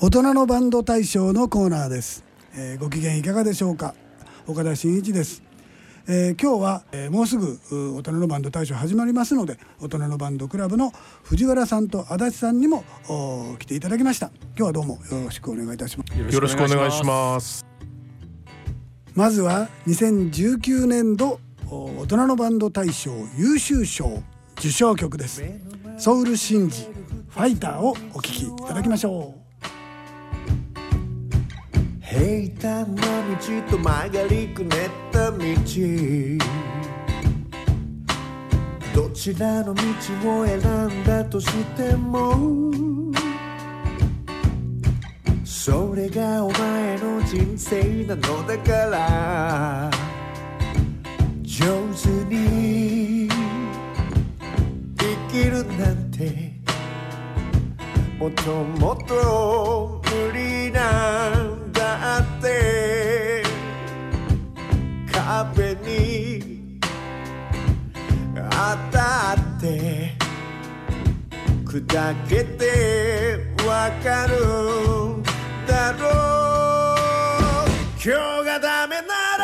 大人のバンド大賞のコーナーです。ご機嫌いかがでしょうか。岡田真一です。今日は、もうすぐ大人のバンド大賞始まりますので、大人のバンドクラブの藤原さんと足立さんにも来ていただきました。今日はどうもよろしくお願いいたします。 よろしくお願いします。 まずは2019年度大人のバンド大賞優秀賞受賞曲です。ソウルシンジファイターをお聴きいただきましょう。 平坦な道と曲がりくねった道、どちらの道を選んだとしても、それがお前の人生なのだから、上手に生きるなんてもっともっと無理なんだって。壁に当たって砕けてわかるだろう。今日がダメなら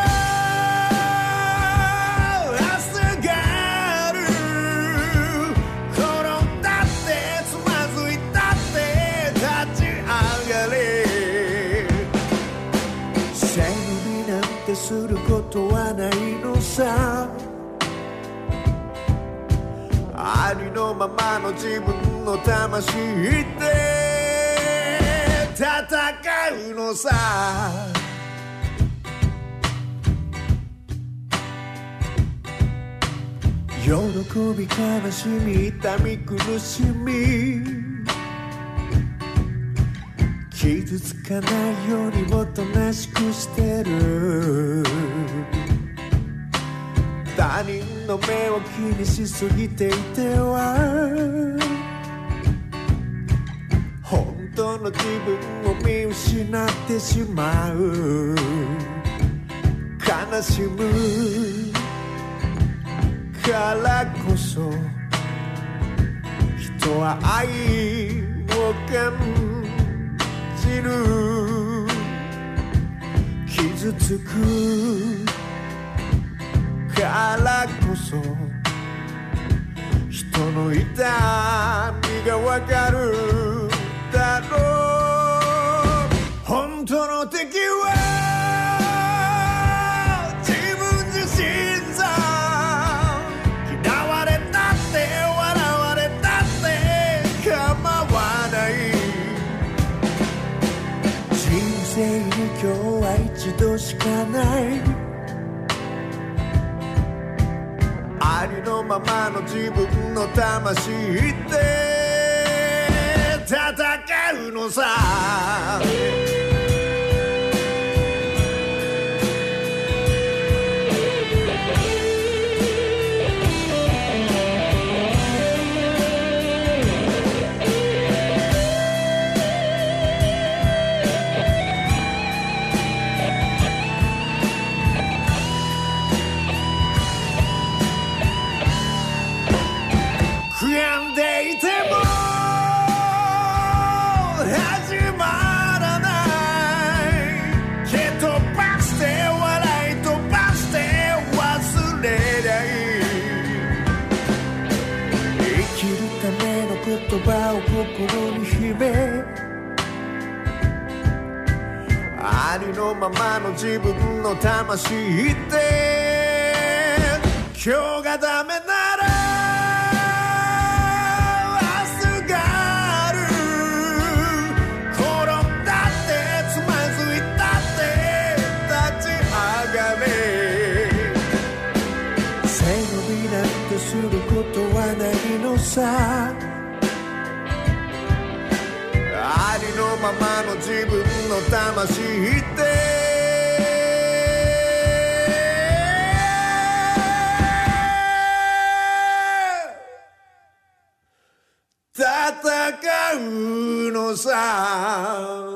明日がある。転んだってつまずいたって立ち上がれ。背伸びなんてすることはないのさ。ありのままの自分の魂で戦うのさ。喜び悲しみ痛み苦しみ、傷つかないようにおとなしくしてる。他人の目を気にしすぎていては本当の自分を見失ってしまう。悲しむからこそ人は愛を感じる。傷つくからこそ人の痛みがわかるだろう。本当の敵は自分自身さ。嫌われたって笑われたって構わない。人生に今日は一度しかない。ありのままの自分の魂で戦うのさ。悔やんでいても始まらない。蹴飛ばして笑い飛ばして忘れない。生きるための言葉を心に秘め、ありのままの自分の魂で今日がダメならすることはないのさ。ありのままの自分の魂で戦うのさ。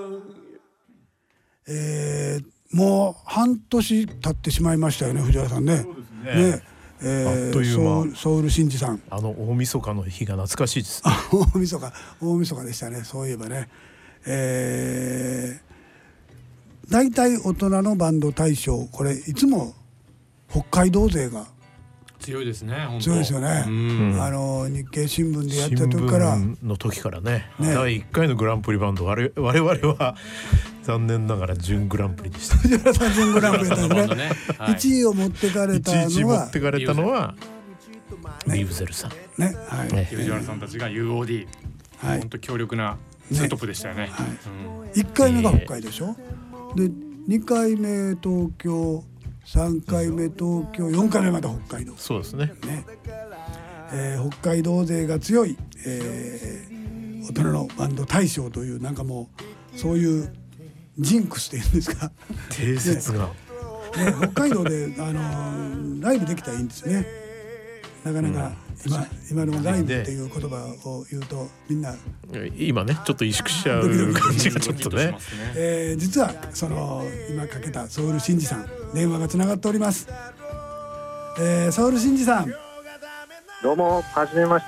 もう半年経ってしまいましたよね、藤原さんね。 そうですね。あっという間。 ソウルシンジさん、 大晦日の日が懐かしいです、ね、 大晦日でしたね。そういえばね、 大体大人のバンド大賞、これいつも北海道勢が強いですね。本当強いですよね。日経新聞でやった時から新聞の時からね第1回のグランプリバンド我々は残念ながら準グランプリでした。 藤原さん準グランプリだったんですね。 はい、 1位を持ってかれた 1位のは持ってかれたのはリューゼルさんね、はい、 藤原さんたちが UOD、 はい、 本当強力なツートップでしたよね。 はい、1回目が北海でしょ、で2回目東京、3回目東京、4回目また北海道。 そうですね。 北海道勢が強い、大人のバンド大賞という、なんかもうそういうジンクスっていうんですか定説が、 北海道で、ライブできたらいいんですね。なかなか今のライブっていう言葉を言うとみんな今ねちょっと萎縮しちゃう感じがちょっとね。 実はその今かけたソウル真司さん、電話がつながっております。ソウル真司さん、 どうも、はじめまして、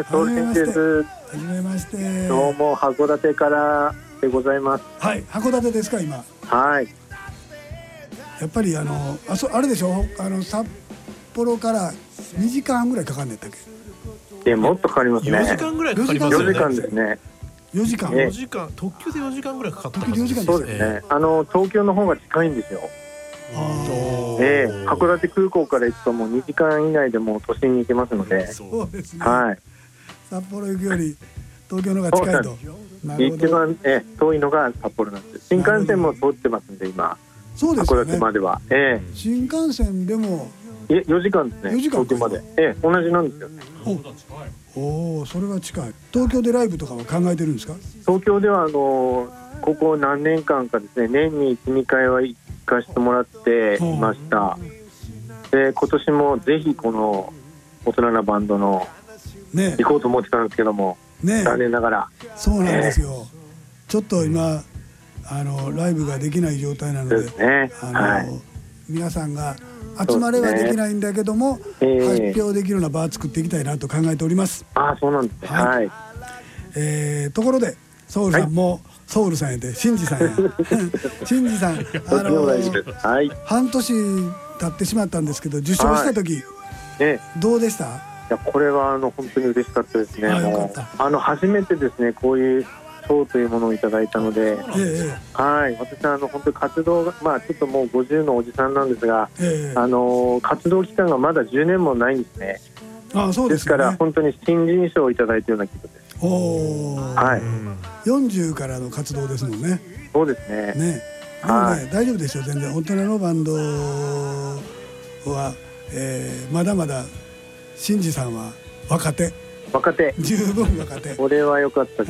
ソウル真司です。 はじめまして。 どうも、函館からでございます。 はい、函館ですか今。 はい。 やっぱりあれでしょ、札幌から2時間半ぐらいかかんねったっけ。 もっとかかりますね。 4時間ぐらいかかりますよね。 4時間ですね。 4時間。 4時間、特急で4時間ぐらいかかったはずです。 そうですね。東京の方が近いんですよ。函館空港から行くともう2時間以内でもう都心に行けますので。 そうですね。 はい。 札幌行くより東京の方が近いと。 一番遠いのが札幌なんです。新幹線も通ってますんで今。 そうですよね。 函館までは。 新幹線でも。 4時間ですね。 4時間東京まで。同じなんですよね。 お、それは近い。東京でライブとかは考えてるんですか？ 東京ではここ何年間かですね、年に 1,2 回は行かせてもらっていました。で今年もぜひこの大人なバンドの行こうと思ってたんですけども、残念ながら。 そうなんですよ。ちょっと今ライブができない状態なので、皆さんが集まれはできないんだけども、発表できるような場を作っていきたいなと考えております。 そうなんですね。はい。 ところでソウルさんも、ソウルさんやで真司さんや真司さん、半年経ってしまったんですけど、受賞した時、どうでした？ いや、これは本当に嬉しかったですね。初めてですね、こういう賞というものをいただいたので、私は本当に活動が、ちょっともう50のおじさんなんですが、活動期間がまだ10年もないんですね。ですから本当に新人賞をいただいたような気分です。 40からの活動ですもんね。 そうですね。 でもね、大丈夫ですよ、全然。大人のバンドは、まだまだ真司さんは若手、十分若手。 これは良かったです。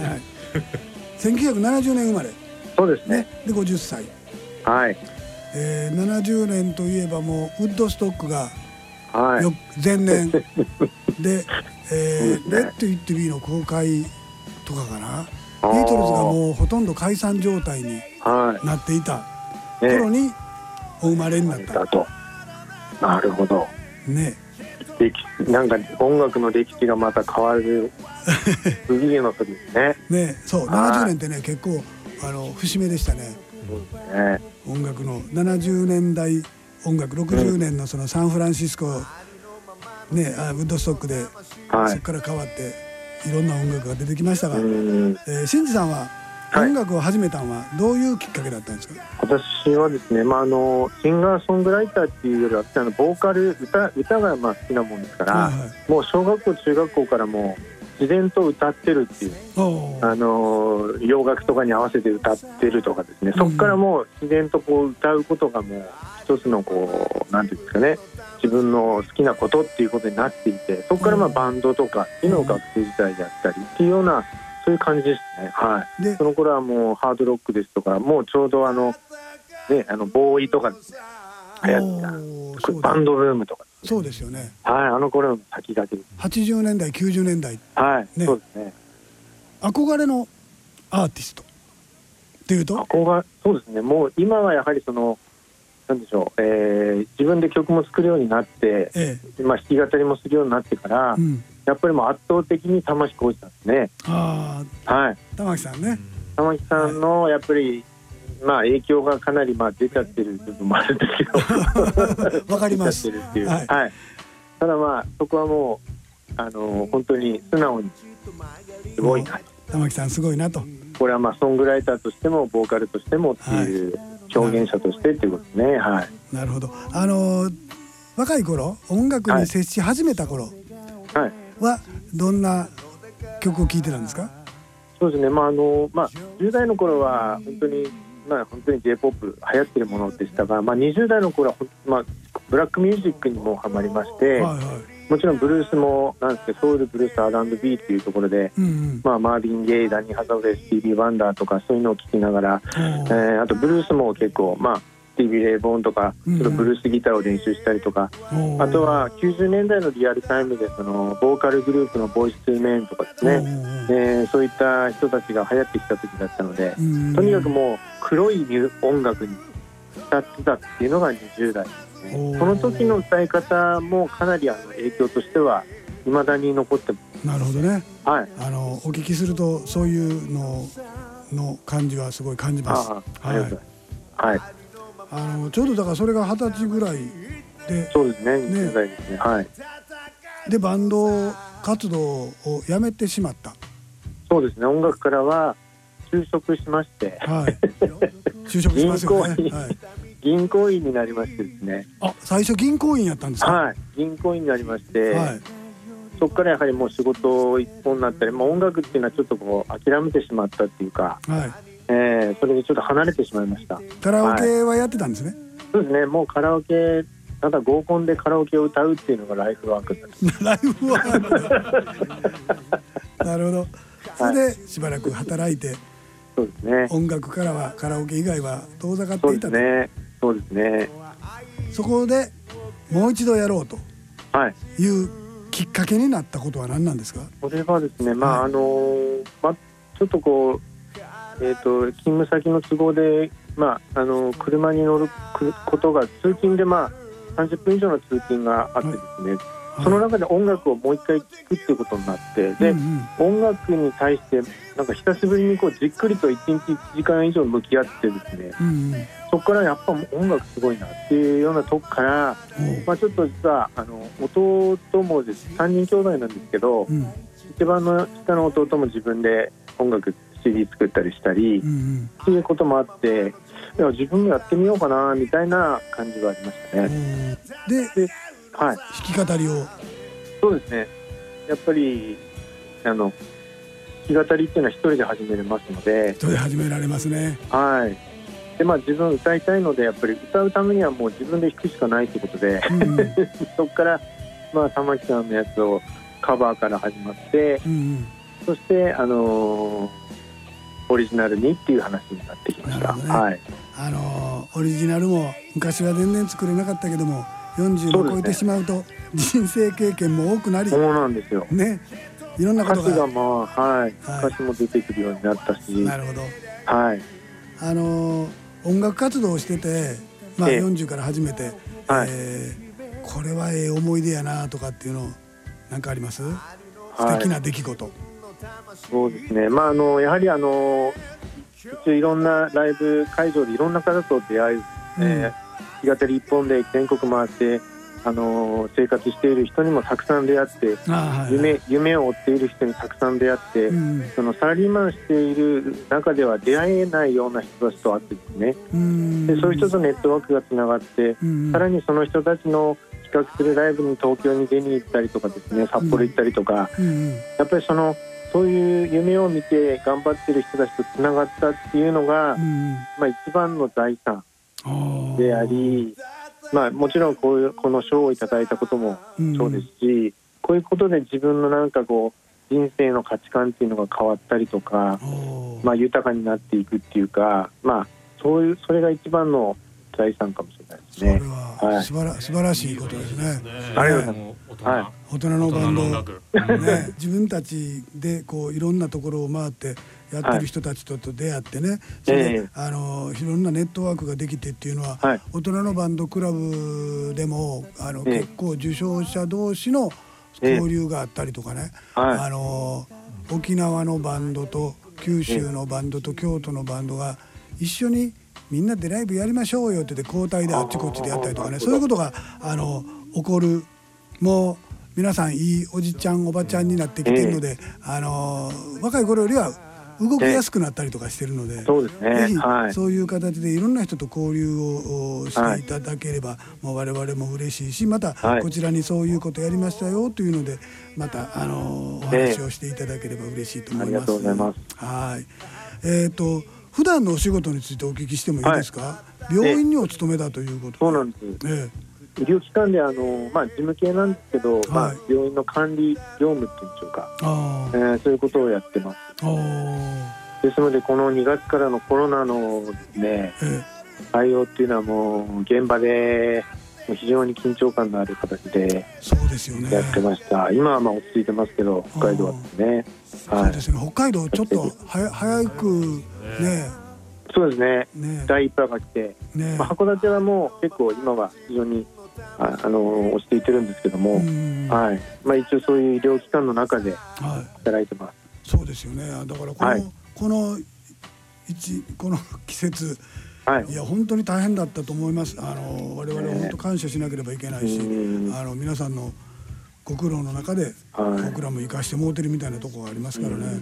1970年生まれ。 そうですね。 で50歳。 はい。 70年といえばもうウッドストックが前年でレッド・イット・ビーの公開とかかな。ビートルズがもうほとんど解散状態になっていた頃にお生まれになったと。なるほどね。 なんか音楽の歴史がまた変わる次の時ですね。 ね、そう、70年ってね、結構節目でしたね。音楽の70年代音楽、60年のそのサンフランシスコね、ウッドストックでそこから変わっていろんな音楽が出てきましたが、真司さんは音楽を始めたのはどういうきっかけだったんですか？ 私はですね、シンガーソングライターっていうよりはボーカル、歌が好きなもんですから、もう小学校中学校からもう自然と歌ってるっていう、洋楽とかに合わせて歌ってるとかですね、そこからもう自然とこう歌うことがもう一つのこうなんていうんですかね、自分の好きなことっていうことになっていて、そこからバンドとかっていうのを学生時代やったりっていうような、そういう感じですね。はい。その頃はもうハードロックですとか、もうちょうどボーイとかですね、流行ったバンドブームとか、 そうですよね。 はい、頃の先駆けです。 80年代90年代、 そうですね。 憧れのアーティストっていうと、 そうですね。もう今はやはりなんでしょう、自分で曲も作るようになって、弾き語りもするようになってから、やっぱりもう圧倒的に玉置浩二さんですね。 玉置さんね。 玉木さんのやっぱり影響がかなり出ちゃってる部分もあるんですけどわかります。 出ちゃってるっていう、はい、ただそこはもう本当に素直にすごいな、 玉木さんすごいなと。 これはソングライターとしてもボーカルとしてもっていう表現者としてっていうことですね。はい。 なるほど。若い頃音楽に接し始めた頃はどんな曲を聴いてたんですか？ そうですね。10代の頃は本当にJ-POP 流行ってるものでしたが、20代の頃はブラックミュージックにもハマりまして、もちろんブルースもなんですけど、ソウルブルース R&B っていうところで、マービン・ゲイ、ダニー・ハザウェイ、スティービー・ワンダーとかそういうのを聴きながら、あとブルースも結構スティービー・レイ・ボーンとかちょっとブルースギターを練習したりとか、あとは90年代のリアルタイムでそのボーカルグループのボイス2メンとかですね、そういった人たちが流行ってきた時だったので、とにかくもう黒い音楽に浸ってたっていうのが20代ですね。その時の歌い方もかなり影響としては未だに残ってます。 なるほどね。 はい。 お聞きするとそういうの感じはすごい感じます。 ありがとうございます。はい。 ちょうどだからそれが20歳ぐらいで、 そうですね、20代ですね。はい。 でバンド活動をやめてしまった。 そうですね。音楽からは就職しまして、 はい、就職しますよね。 銀行員になりましてですね。 最初銀行員やったんですか？ はい、銀行員になりまして、そこからやはりもう仕事一本になったり、音楽っていうのはちょっとこう諦めてしまったっていうか、それでちょっと離れてしまいました。 カラオケはやってたんですね。 そうですね。もうカラオケ、ただ合コンでカラオケを歌うっていうのがライフワークだった。 ライフワークなるほど。それでしばらく働いて、 そうですね、 音楽からはカラオケ以外は遠ざかっていたと。 そうですね。 そこでもう一度やろうというきっかけになったことは何なんですか？ これはですね、ちょっとこう勤務先の都合で、車に乗ることが通勤で30分以上の通勤があってですね、その中で音楽をもう一回聴くっていうことになって、で、音楽に対してなんか久しぶりにこうじっくりと1日1時間以上向き合ってですね、そこからやっぱ音楽すごいなっていうようなとこから、ちょっと実は弟もです、3人兄弟なんですけど、一番の下の弟も自分で音楽CD 作ったりしたり、っていうこともあって、自分もやってみようかなみたいな感じがありましたね。 で、はい、弾き語りを。 そうですね。やっぱり弾き語りっていうのは一人で始めれますので。 一人で始められますね。 はい。で自分歌いたいので、やっぱり歌うためにはもう自分で弾くしかないということで、そこから玉木さんのやつをカバーから始まって、そしてオリジナルにっていう話になってきました。はい。 オリジナルも昔は全然作れなかったけども、40を超えてしまうと人生経験も多くなり、 そうなんですよね。 いろんなことが歌詞が歌詞も出てくるようになったし。 なるほど。 はい。 音楽活動をしてて、40から始めて、これは思い出やなとかっていうの何かあります？素敵な出来事。 そうですね。やはり一応いろんなライブ会場でいろんな方と出会い、弾き語り一本で全国回って生活している人にもたくさん出会って、夢を追っている人にたくさん出会って、そのサラリーマンしている中では出会えないような人たちと会ってですね、でそういう人とネットワークがつながって、さらにその人たちの企画するライブに東京に出に行ったりとかですね、札幌行ったりとか、やっぱりそういう夢を見て頑張っている人たちとつながったっていうのが、一番の財産であり、もちろんこの賞をいただいたこともそうですし、こういうことで自分のなんかこう人生の価値観っていうのが変わったりとか、豊かになっていくっていうか、それが一番の財産かもしれないですね。 それは素晴らしいことですね。 ありがとうございます。 大人のバンド、自分たちでこういろんなところを回ってやってる人たちと出会ってね、それでいろんなネットワークができてっていうのは、大人のバンドクラブでも結構受賞者同士の交流があったりとかね、沖縄のバンドと九州のバンドと京都のバンドが一緒にみんなでライブやりましょうよって言って交代であっちこっちでやったりとかね、そういうことが起こる。もう皆さんいいおじちゃんおばちゃんになってきてるので、若い頃よりは動きやすくなったりとかしてるので、 そうですね、 ぜひはい、 そういう形でいろんな人と交流をしていただければ、もう我々も嬉しいし、またこちらにそういうことやりましたよというのでまたお話をしていただければ嬉しいと思います。 ありがとうございます。 はい。普段のお仕事についてお聞きしてもいいですか？病院にお勤めだということで。 そうなんです。医療機関で事務系なんですけど、病院の管理業務っていうんでしょうか、そういうことをやってます。ですのでこの2月からのコロナのですね、対応っていうのはもう現場で非常に緊張感のある形でやってました。今は落ち着いてますけど、北海道はですね、 そうですね、北海道ちょっと早くね、 そうですね、第一波が来て、函館はもう結構今は非常に落ち着いてるんですけども、一応そういう医療機関の中で働いてます。 そうですよね。だからこの季節、いや本当に大変だったと思います。我々は本当感謝しなければいけないし、皆さんのご苦労の中で僕らも生かしてもうてるみたいなところがありますからね。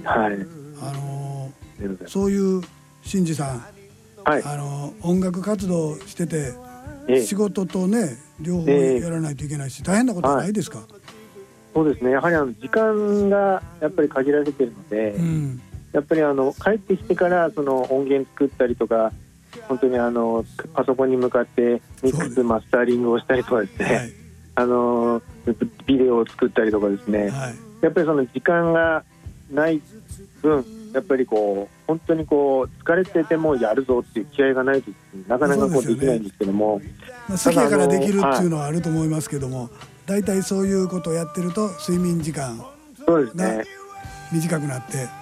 そういう新次さん、音楽活動してて仕事とね両方やらないといけないし、大変なことはないですか？ そうですね、やはり時間がやっぱり限られているので、やっぱり帰ってきてからその音源作ったりとか、本当にパソコンに向かってミックスマスターリングをしたりとかですね、ビデオを作ったりとかですね、やっぱりその時間がない分やっぱり本当に疲れててもやるぞっていう気合がないとなかなかできないんですけども、 好きやからできるっていうのはあると思いますけども、だいたいそういうことをやってると睡眠時間が短くなって、で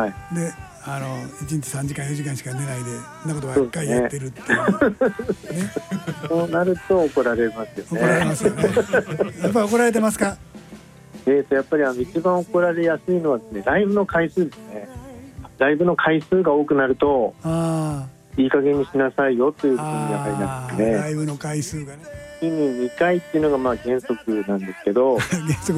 1日3時間4時間しか寝ないでそんなことばっかりやってるっていうね。 そうなると怒られますよね。 怒られますよね。やっぱり怒られてますか？ やっぱり一番怒られやすいのはですね、ライブの回数ですね。ライブの回数が多くなるといい加減にしなさいよというふうにやはりなってね。 ライブの回数がね、 月に2回っていうのが原則なんですけど原則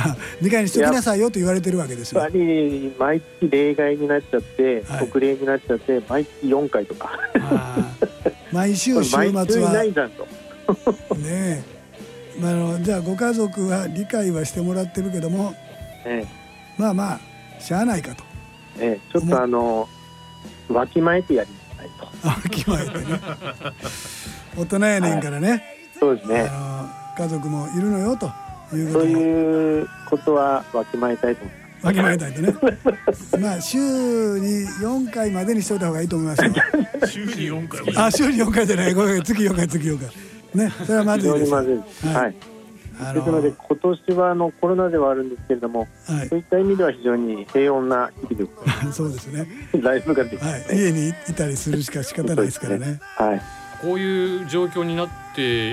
2回にしておきなさいよと言われてるわけですよ。 やっぱり毎月例外になっちゃって、特例になっちゃって毎月4回とか毎週週末は毎週いないじゃんとねえ、じゃあご家族は理解はしてもらってるけども、まあしゃあないかと、 ちょっとわきまえてやりなさいと。 わきまえてね大人やねんからね、 そうですね、 家族もいるのよということそういうことはわきまえたいと思います。 わきまえたいとね週に4回までにしといた方がいいと思いますよ。 週に4回週に4回じゃない、月4回ね、それはまずいです。 ですので今年はコロナではあるんですけれども、そういった意味では非常に平穏な日々でございます。 そうですね。 ライブができて、 家にいたりするしか仕方ないですからね。 こういう状況になって、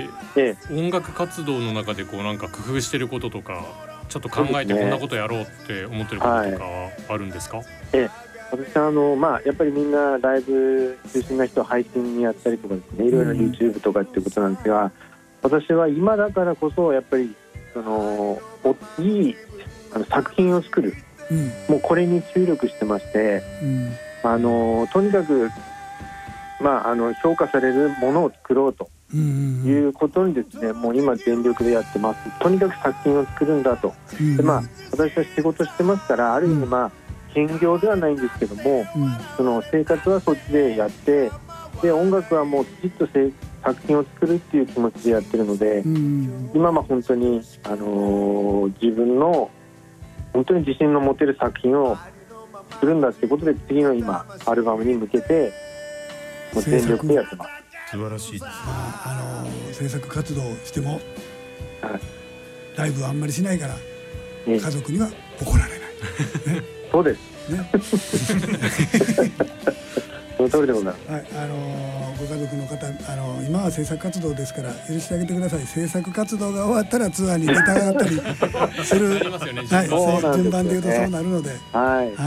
音楽活動の中でなんか工夫してることとか、ちょっと考えてこんなことやろうって思ってることとかあるんですか？ 私はやっぱりみんなライブ中心な人は配信にやったりとかですね、いろいろ YouTube とかっていうことなんですが、私は今だからこそやっぱりいい作品を作る、もうこれに注力してまして、とにかく評価されるものを作ろうということにですね、もう今全力でやってます。とにかく作品を作るんだと。で私は仕事してますから、ある意味兼業ではないんですけども、その生活はそっちでやって、で音楽はもうきちっと作品を作るっていう気持ちでやってるので、今は本当に、自分の本当に自信の持てる作品を作るんだっていうことで、次の今アルバムに向けてもう全力でやってます。 素晴らしいです。 制作活動しても、ライブはあんまりしないから、家族には怒られない、ね、 そうですねその通りでございます。 ご家族の方、今は制作活動ですから許してあげてください。制作活動が終わったらツアーに出たがったりする順番でいうとそうなるので、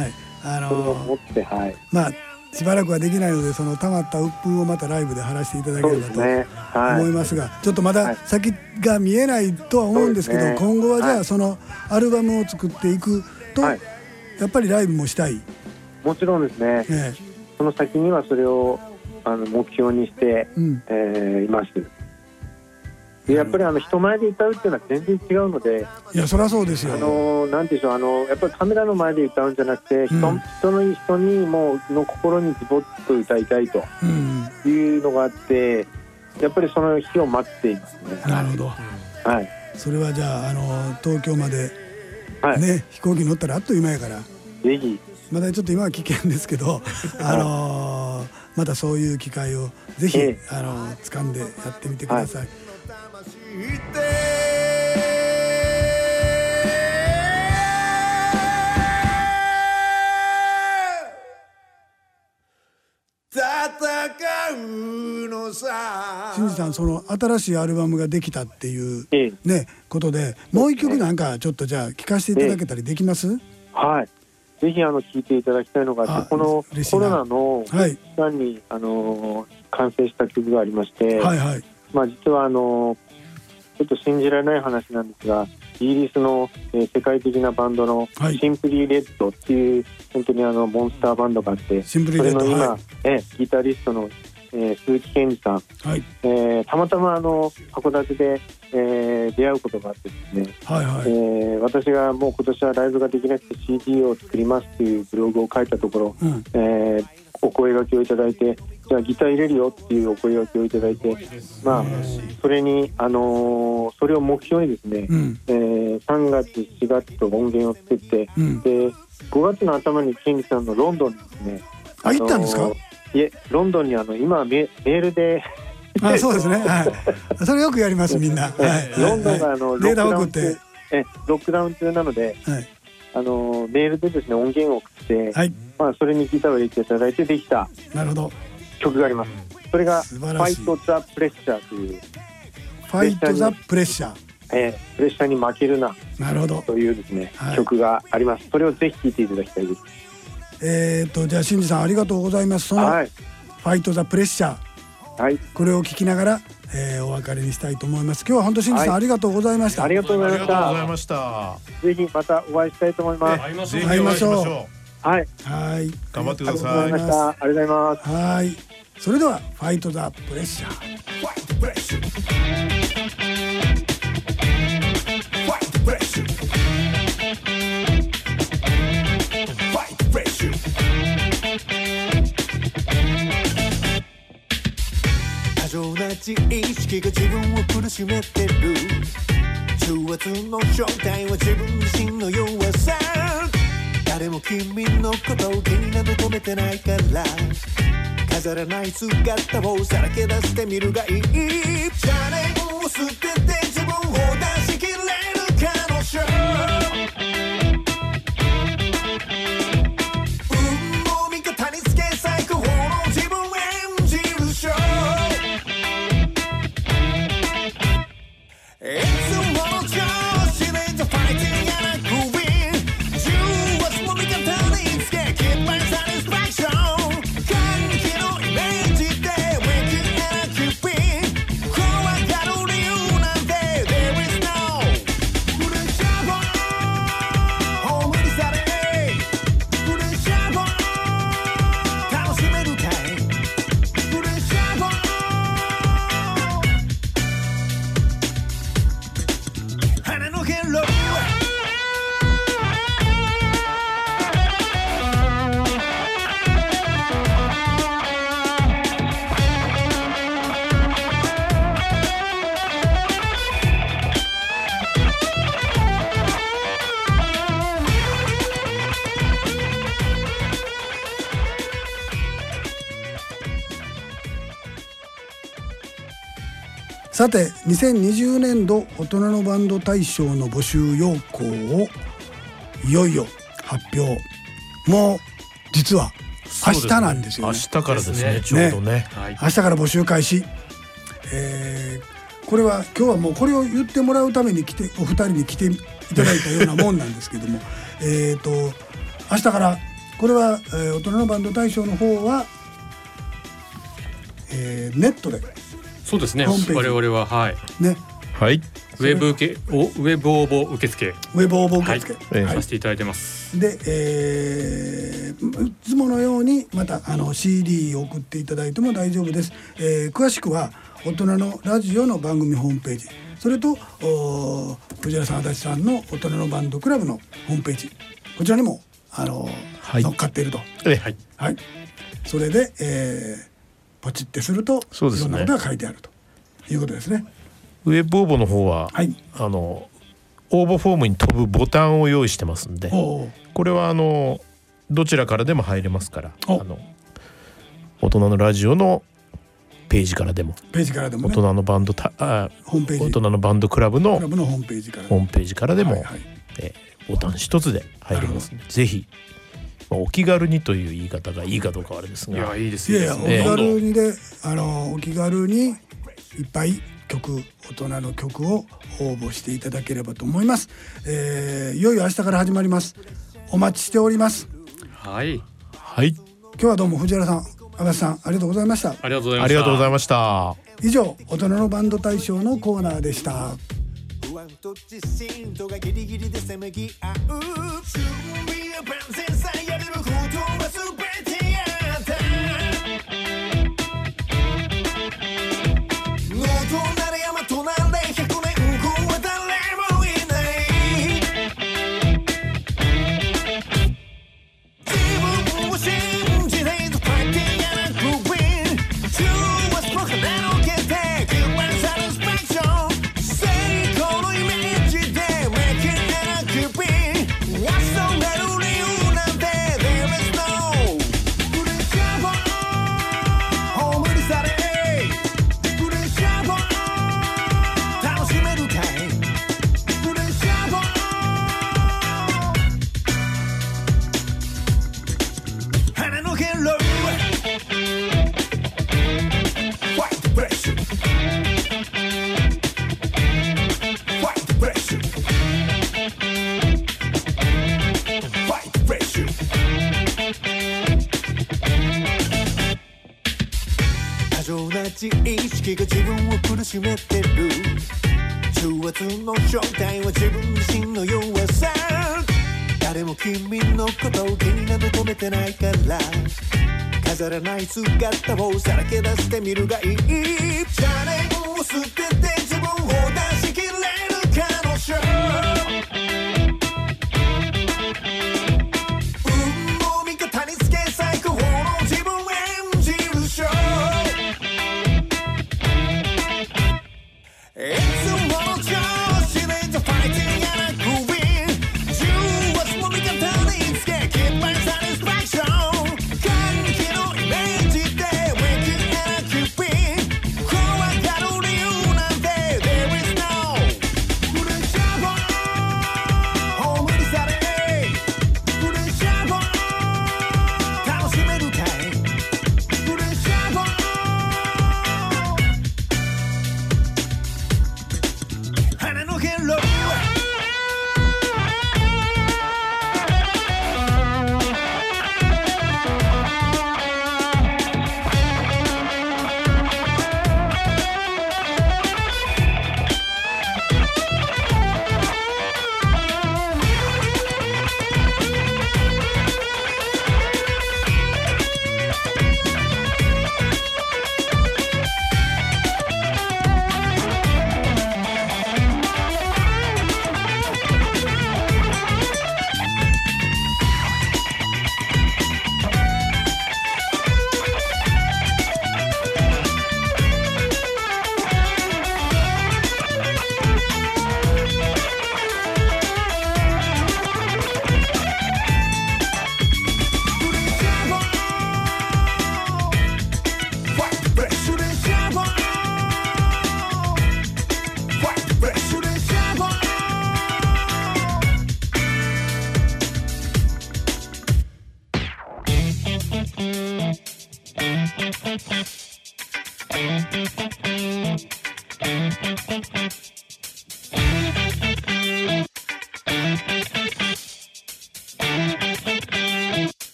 それを持って、はい、 まあしばらくはできないので、その溜まった鬱憤をまたライブで晴らしていただければと思いますが、ちょっとまだ先が見えないとは思うんですけど、今後はじゃあそのアルバムを作っていくと、やっぱりライブもしたい。 もちろんですね。その先にはそれを目標にして、います。でやっぱり人前で歌うっていうのは全然違うので、 いやそりゃそうですよ。 なんていうんでしょう、やっぱりカメラの前で歌うんじゃなくて、人にもの心にズボッと歌いたいというのがあって、やっぱりその日を待っていますね。 なるほど。 はい。 それはじゃあ東京までね、飛行機乗ったらあっという間やから。 ぜひ。 まだちょっと今は危険ですけど、またそういう機会をぜひ掴んでやってみてください。新次さん、その新しいアルバムができたっていうねことで、もう一曲なんかちょっとじゃあ聴かせていただけたりできます？ はい。ぜひ聴いていただきたいのが、このコロナの期間に完成した曲がありまして、まあ実はちょっと信じられない話なんですが、イギリスの世界的なバンドのシンプリーレッドっていう本当にモンスターバンドがあって、それの今ギタリストの鈴木健二さん、たまたま函館で出会うことがあってですね、私がもう今年はライブができなくて CD を作りますっていうブログを書いたところ、お声掛けをいただいて、じゃあギター入れるよっていうお声掛けをいただいて、まあそれにそれを目標にですね、3月4月と音源を作って、で5月の頭にケンジさんのロンドンにですね、 行ったんですか？ いえ、ロンドンに今メールでそうですね、それよくやりますみんな。 ロンドンがロックダウン中なので、メールでですね音源を送って、まあそれにギターを入れていただいてできた曲があります。それがファイト・ザ・プレッシャーという、 ファイト・ザ・プレッシャー、 プレッシャーに負けるなというですね、曲があります。それをぜひ聴いていただきたいです。 じゃあ新次さんありがとうございます。そのファイト・ザ・プレッシャー、これを聞きながら、お別れにしたいと思います。今日は本当新次さん、ありがとうございました。 ありがとうございました。ぜひまたお会いしたいと思います。 会いましょう。 はい、頑張ってください。 ありがとうございます。 はい、それではファイト・ザ・プレッシャー。 過剰な自意識が自分を苦しめてる。重圧の正体は自分自身の弱さ。誰も君のことを気になど止めてないから、飾らない姿をさらけ出してみるがいい。邪念を捨てて自分を出し切れるかの勝負。運を味方につけ最高の自分を演じるショー。いつもの調子で The Fighting and I could win。 重圧も味方につけ Keep my satisfaction。 歓喜のイメージで Waking and I keep in。 怖がる理由なんて There is no プレッシャーを無理されプレッシャーを楽しめるかい。プレッシャーを花のヘロー。 さて2020年度大人のバンド大賞の募集要項をいよいよ発表。もう実は明日なんですよね。 明日からですね、ちょうどね。 明日から募集開始。これは今日はもうこれを言ってもらうためにお二人に来ていただいたようなもんなんですけども明日からこれは、大人のバンド大賞の方は、ネットでそうですね。 ホームページ我々ははいね、 はい、 ウェブ応募受付ウェブ応募受付、 はいさせていただいてます。 で、いつものようにまたCD を送っていただいても大丈夫です。詳しくは大人のラジオの番組ホームページ、それと藤原さん、足立さんの大人のバンドクラブのホームページ、こちらにもはい乗っかっていると。 はいはい、それで、ポチってするとそうですね、 いろんなことが書いてあるということですね。 ウェブ応募の方は、 はい、 応募フォームに飛ぶボタンを用意してますんで、これはどちらからでも入れますから、大人のラジオのページからでも、 ページからでも、ね、 大人のバンドホームページ、大人のバンドクラブのホームページからでも、ボタン一つで入りますので、ぜひ、お気軽にという言い方がいいかどうかはあれですが、 いやいいですね。お気軽にで、お気軽にいっぱい大人の曲を応募していただければと思います。いよいよ明日から始まります。お待ちしております。 はいはい、 今日はどうも藤原さん、足立さん、ありがとうございました。 ありがとうございました。 ありがとうございました。 以上、大人のバンド大賞のコーナーでした。 不安と自信とがギリギリでせめぎ合う、準備や万全さえやれることは全てやった。ノートなれ山となれ100年後は誰もいない。自分を信じないとファイティーやなグリーン、中はスポークでのけてグッバイサティスファクション、成功のイメージでメイキングなグビー、忘れる理由なんて There is no プレッシャーを葬り去れ、プレッシャーを楽しめるかい、プレッシャーを花のヘロー Fight the pressure, fight the pressure, fight the pressure. 過剰な自意識が自分を苦しめてる、重圧の正体は自分自身の弱さ、誰も君のことを気になど止めてないから、飾らない姿をさらけ出してみるがいい。邪念を捨てて自分を出し切れるかのショー、運の味方につけ最高の自分を演じるショー、いつもの調子でじゃファイティーやなグリーン、重圧も味方につけキッバイサティスファクション、歓喜のイメージでウェキンやなグリーン、怖がる理由なんて There is no プレッシャーを葬り去れ、プレッシャーを楽しめるかい、プレッシャーを花のヘロー